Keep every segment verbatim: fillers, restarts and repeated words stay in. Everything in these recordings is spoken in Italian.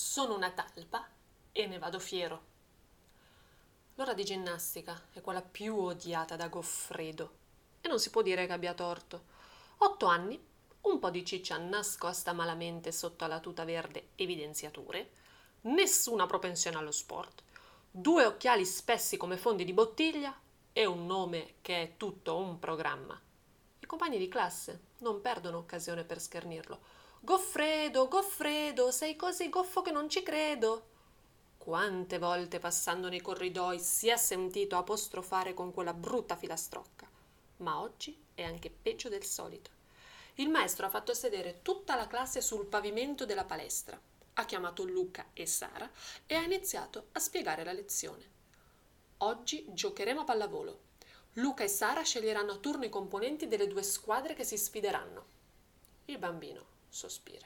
Sono una talpa e ne vado fiero. L'ora di ginnastica è quella più odiata da Goffredo e non si può dire che abbia torto. Otto anni, un po' di ciccia nascosta malamente sotto alla tuta verde evidenziature, nessuna propensione allo sport, due occhiali spessi come fondi di bottiglia e un nome che è tutto un programma. I compagni di classe non perdono occasione per schernirlo. Goffredo, Goffredo, sei così goffo che non ci credo. Quante volte passando nei corridoi si è sentito apostrofare con quella brutta filastrocca, ma oggi è anche peggio del solito. Il maestro ha fatto sedere tutta la classe sul pavimento della palestra, ha chiamato Luca e Sara e ha iniziato a spiegare la lezione. Oggi giocheremo a pallavolo. Luca e Sara sceglieranno a turno i componenti delle due squadre che si sfideranno. Il bambino sospira.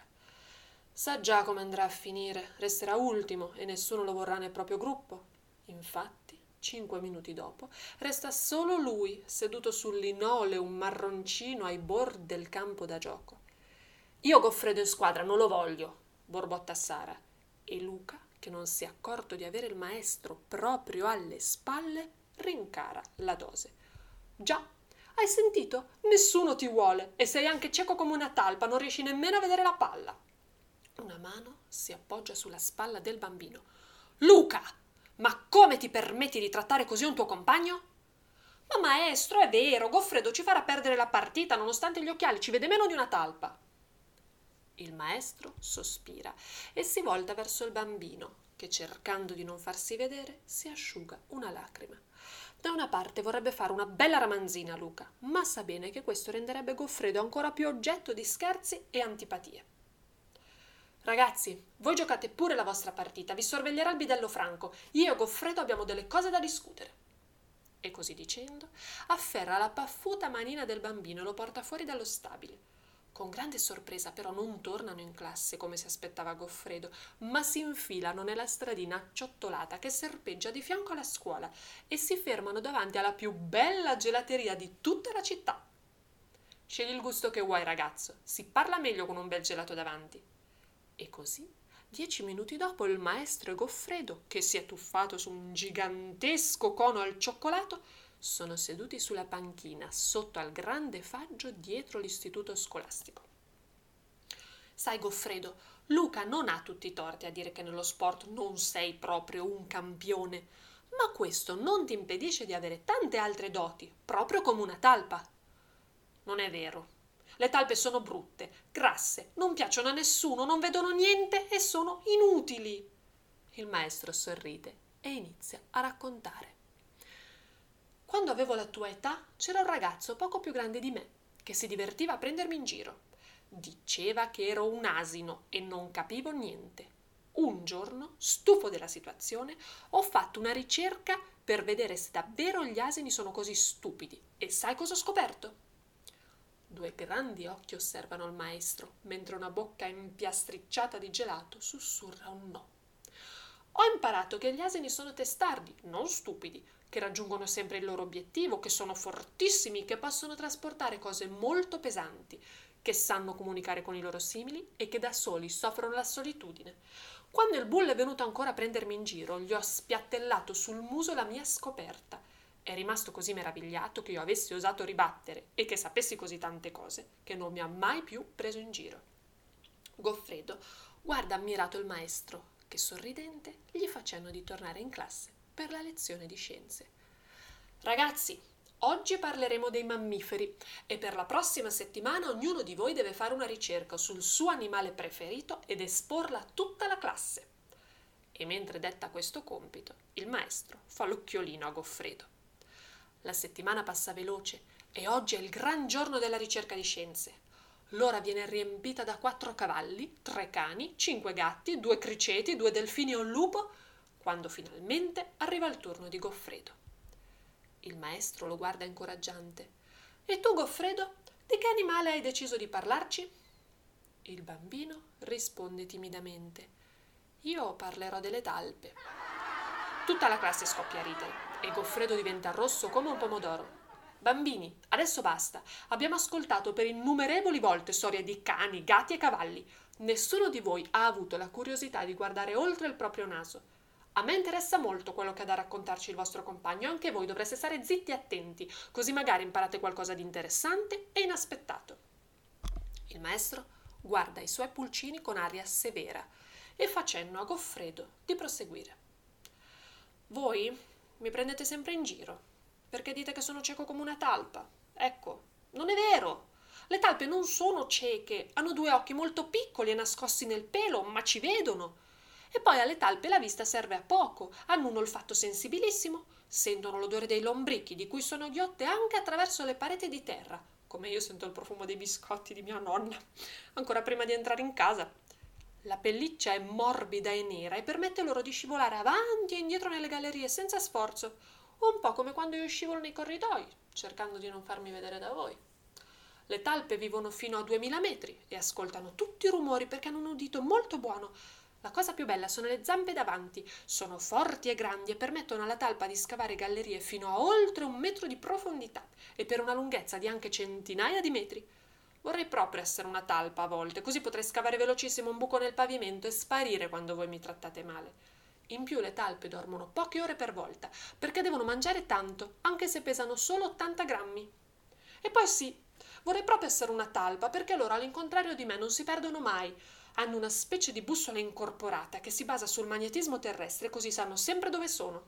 Sa già come andrà a finire, resterà ultimo e nessuno lo vorrà nel proprio gruppo. Infatti, cinque minuti dopo, resta solo lui seduto sul linoleum marroncino ai bordi del campo da gioco. Io Goffredo in squadra non lo voglio, borbotta Sara, e Luca, che non si è accorto di avere il maestro proprio alle spalle, rincara la dose. Già, hai sentito? Nessuno ti vuole e sei anche cieco come una talpa, non riesci nemmeno a vedere la palla. Una mano si appoggia sulla spalla del bambino. Luca, ma come ti permetti di trattare così un tuo compagno? Ma maestro, è vero, Goffredo ci farà perdere la partita, nonostante gli occhiali ci vede meno di una talpa. Il maestro sospira e si volta verso il bambino, che cercando di non farsi vedere si asciuga una lacrima. Da una parte vorrebbe fare una bella ramanzina a Luca, ma sa bene che questo renderebbe Goffredo ancora più oggetto di scherzi e antipatie. Ragazzi, voi giocate pure la vostra partita, vi sorveglierà il bidello Franco, io e Goffredo abbiamo delle cose da discutere. E così dicendo, afferra la paffuta manina del bambino e lo porta fuori dallo stabile. Con grande sorpresa però non tornano in classe come si aspettava Goffredo, ma si infilano nella stradina acciottolata che serpeggia di fianco alla scuola e si fermano davanti alla più bella gelateria di tutta la città. Scegli il gusto che vuoi, ragazzo, si parla meglio con un bel gelato davanti. E così, dieci minuti dopo, il maestro e Goffredo, che si è tuffato su un gigantesco cono al cioccolato, sono seduti sulla panchina sotto al grande faggio dietro l'istituto scolastico. Sai, Goffredo, Luca non ha tutti i torti a dire che nello sport non sei proprio un campione, ma questo non ti impedisce di avere tante altre doti, proprio come una talpa. Non è vero. Le talpe sono brutte, grasse, non piacciono a nessuno, non vedono niente e sono inutili. Il maestro sorride e inizia a raccontare. Quando avevo la tua età c'era un ragazzo poco più grande di me che si divertiva a prendermi in giro. Diceva che ero un asino e non capivo niente. Un giorno, stufo della situazione, ho fatto una ricerca per vedere se davvero gli asini sono così stupidi. E sai cosa ho scoperto? Due grandi occhi osservano il maestro, mentre una bocca impiastricciata di gelato sussurra un no. Ho imparato che gli asini sono testardi, non stupidi, che raggiungono sempre il loro obiettivo, che sono fortissimi, che possono trasportare cose molto pesanti, che sanno comunicare con i loro simili e che da soli soffrono la solitudine. Quando il bullo è venuto ancora a prendermi in giro, gli ho spiattellato sul muso la mia scoperta. È rimasto così meravigliato che io avessi osato ribattere e che sapessi così tante cose che non mi ha mai più preso in giro. Goffredo guarda ammirato il maestro, che sorridente gli fa cenno di tornare in classe per la lezione di scienze. Ragazzi, oggi parleremo dei mammiferi e per la prossima settimana ognuno di voi deve fare una ricerca sul suo animale preferito ed esporla a tutta la classe. E mentre detta questo compito, il maestro fa l'occhiolino a Goffredo. La settimana passa veloce e oggi è il gran giorno della ricerca di scienze. L'ora viene riempita da quattro cavalli, tre cani, cinque gatti, due criceti, due delfini e un lupo, quando finalmente arriva il turno di Goffredo. Il maestro lo guarda incoraggiante. E tu, Goffredo, di che animale hai deciso di parlarci? Il bambino risponde timidamente. Io parlerò delle talpe. Tutta la classe scoppia a ridere e Goffredo diventa rosso come un pomodoro. Bambini, adesso basta. Abbiamo ascoltato per innumerevoli volte storie di cani, gatti e cavalli. Nessuno di voi ha avuto la curiosità di guardare oltre il proprio naso. A me interessa molto quello che ha da raccontarci il vostro compagno, anche voi dovreste stare zitti e attenti, così magari imparate qualcosa di interessante e inaspettato. Il maestro guarda i suoi pulcini con aria severa e fa cenno a Goffredo di proseguire. Voi mi prendete sempre in giro, perché dite che sono cieco come una talpa. Ecco, non è vero! Le talpe non sono cieche, hanno due occhi molto piccoli e nascosti nel pelo, ma ci vedono. E poi alle talpe la vista serve a poco, hanno un olfatto sensibilissimo, sentono l'odore dei lombrichi di cui sono ghiotte anche attraverso le pareti di terra, come io sento il profumo dei biscotti di mia nonna, ancora prima di entrare in casa. La pelliccia è morbida e nera e permette loro di scivolare avanti e indietro nelle gallerie senza sforzo, un po' come quando io scivolo nei corridoi, cercando di non farmi vedere da voi. Le talpe vivono fino a duemila metri e ascoltano tutti i rumori perché hanno un udito molto buono. La cosa più bella sono le zampe davanti, sono forti e grandi e permettono alla talpa di scavare gallerie fino a oltre un metro di profondità e per una lunghezza di anche centinaia di metri. Vorrei proprio essere una talpa a volte, così potrei scavare velocissimo un buco nel pavimento e sparire quando voi mi trattate male. In più le talpe dormono poche ore per volta, perché devono mangiare tanto, anche se pesano solo ottanta grammi. E poi sì, vorrei proprio essere una talpa, perché loro all'incontrario di me non si perdono mai. Hanno una specie di bussola incorporata che si basa sul magnetismo terrestre, così sanno sempre dove sono.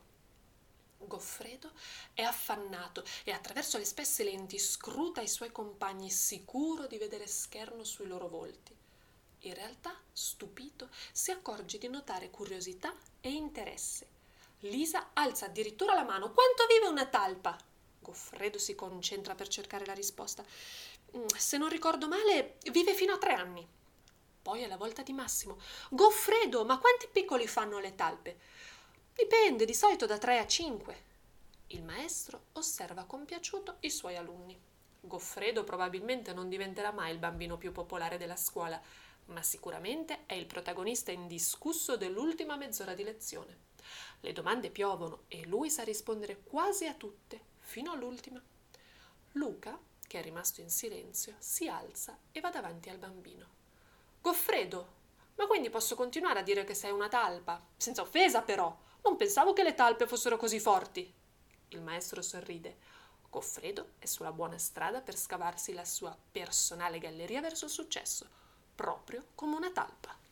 Goffredo è affannato e attraverso le spesse lenti scruta i suoi compagni, sicuro di vedere scherno sui loro volti. In realtà, stupito, si accorge di notare curiosità e interesse. Lisa alza addirittura la mano. Quanto vive una talpa? Goffredo si concentra per cercare la risposta. Se non ricordo male, vive fino a tre anni. Poi è la volta di Massimo. Goffredo, ma quanti piccoli fanno le talpe? Dipende, di solito da tre a cinque. Il maestro osserva compiaciuto i suoi alunni. Goffredo probabilmente non diventerà mai il bambino più popolare della scuola, ma sicuramente è il protagonista indiscusso dell'ultima mezz'ora di lezione. Le domande piovono e lui sa rispondere quasi a tutte, fino all'ultima. Luca, che è rimasto in silenzio, si alza e va davanti al bambino. Goffredo, ma quindi posso continuare a dire che sei una talpa? Senza offesa, però. Non pensavo che le talpe fossero così forti. Il maestro sorride. Goffredo è sulla buona strada per scavarsi la sua personale galleria verso il successo, proprio come una talpa.